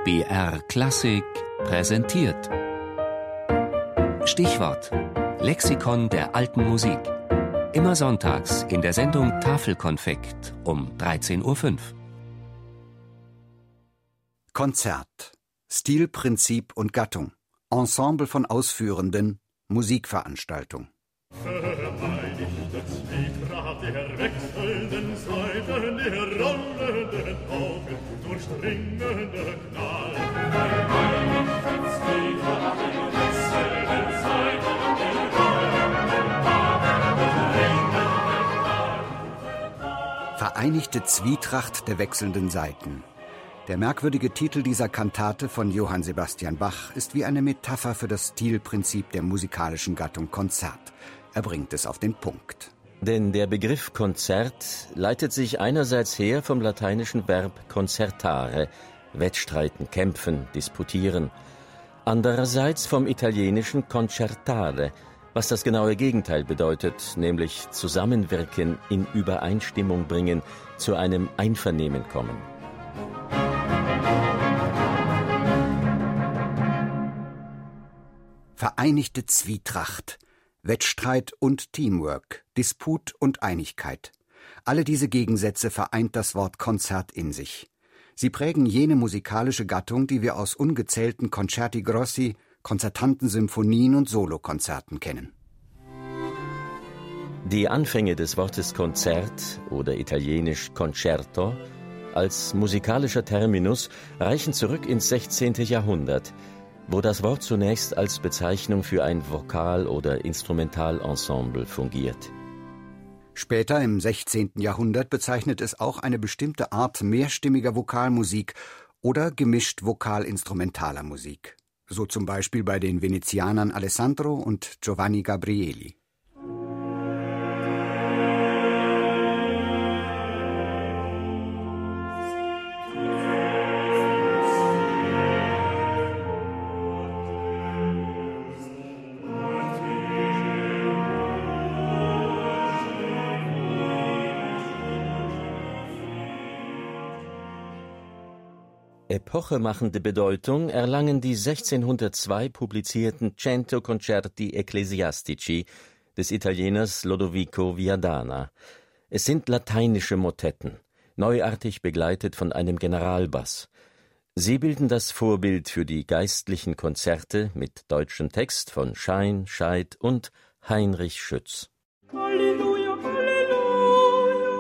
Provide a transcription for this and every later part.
BR Klassik präsentiert. Stichwort: Lexikon der alten Musik. Immer sonntags in der Sendung Tafelkonfekt um 13:05 Uhr. Konzert. Stil, Prinzip und Gattung. Ensemble von Ausführenden. Musikveranstaltung. Vereinigte Zwietracht der wechselnden Seiten, der rollenden Augen, durchdringende Knall. Vereinigte Zwietracht der wechselnden Seiten, der rollenden Augen, durchdringende Knall. Vereinigte Zwietracht der wechselnden Seiten. Der merkwürdige Titel dieser Kantate von Johann Sebastian Bach ist wie eine Metapher für das Stilprinzip der musikalischen Gattung Konzert. Er bringt es auf den Punkt. Denn der Begriff Konzert leitet sich einerseits her vom lateinischen Verb concertare, wettstreiten, kämpfen, disputieren, andererseits vom italienischen concertare, was das genaue Gegenteil bedeutet, nämlich zusammenwirken, in Übereinstimmung bringen, zu einem Einvernehmen kommen. Vereinigte Zwietracht, Wettstreit und Teamwork, Disput und Einigkeit. Alle diese Gegensätze vereint das Wort Konzert in sich. Sie prägen jene musikalische Gattung, die wir aus ungezählten Concerti Grossi, konzertanten Symphonien und Solokonzerten kennen. Die Anfänge des Wortes Konzert oder italienisch Concerto als musikalischer Terminus reichen zurück ins 16. Jahrhundert, wo das Wort zunächst als Bezeichnung für ein Vokal- oder Instrumentalensemble fungiert. Später im 16. Jahrhundert bezeichnet es auch eine bestimmte Art mehrstimmiger Vokalmusik oder gemischt vokal-instrumentaler Musik. So zum Beispiel bei den Venezianern Alessandro und Giovanni Gabrieli. Epochemachende Bedeutung erlangen die 1602 publizierten Cento Concerti Ecclesiastici des Italieners Lodovico Viadana. Es sind lateinische Motetten, neuartig begleitet von einem Generalbass. Sie bilden das Vorbild für die geistlichen Konzerte mit deutschem Text von Schein, Scheid und Heinrich Schütz. Halleluja, Halleluja,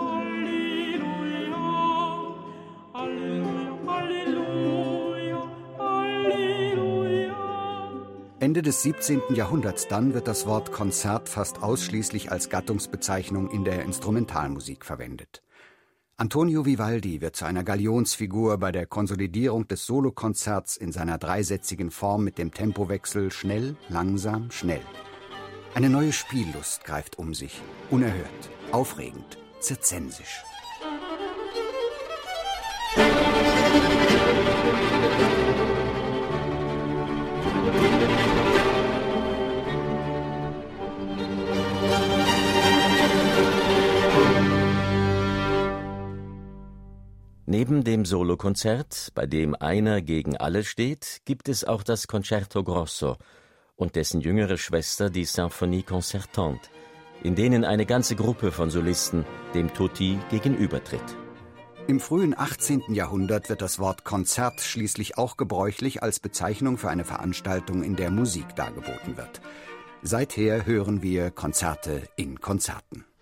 Halleluja, Halleluja, Halleluja. Ende des 17. Jahrhunderts dann wird das Wort Konzert fast ausschließlich als Gattungsbezeichnung in der Instrumentalmusik verwendet. Antonio Vivaldi wird zu einer Galionsfigur bei der Konsolidierung des Solokonzerts in seiner dreisätzigen Form mit dem Tempowechsel schnell, langsam, schnell. Eine neue Spiellust greift um sich, unerhört, aufregend, zirzensisch. Neben dem Solokonzert, bei dem einer gegen alle steht, gibt es auch das Concerto Grosso und dessen jüngere Schwester die Symphonie Concertante, in denen eine ganze Gruppe von Solisten dem Tutti gegenübertritt. Im frühen 18. Jahrhundert wird das Wort Konzert schließlich auch gebräuchlich als Bezeichnung für eine Veranstaltung, in der Musik dargeboten wird. Seither hören wir Konzerte in Konzerten.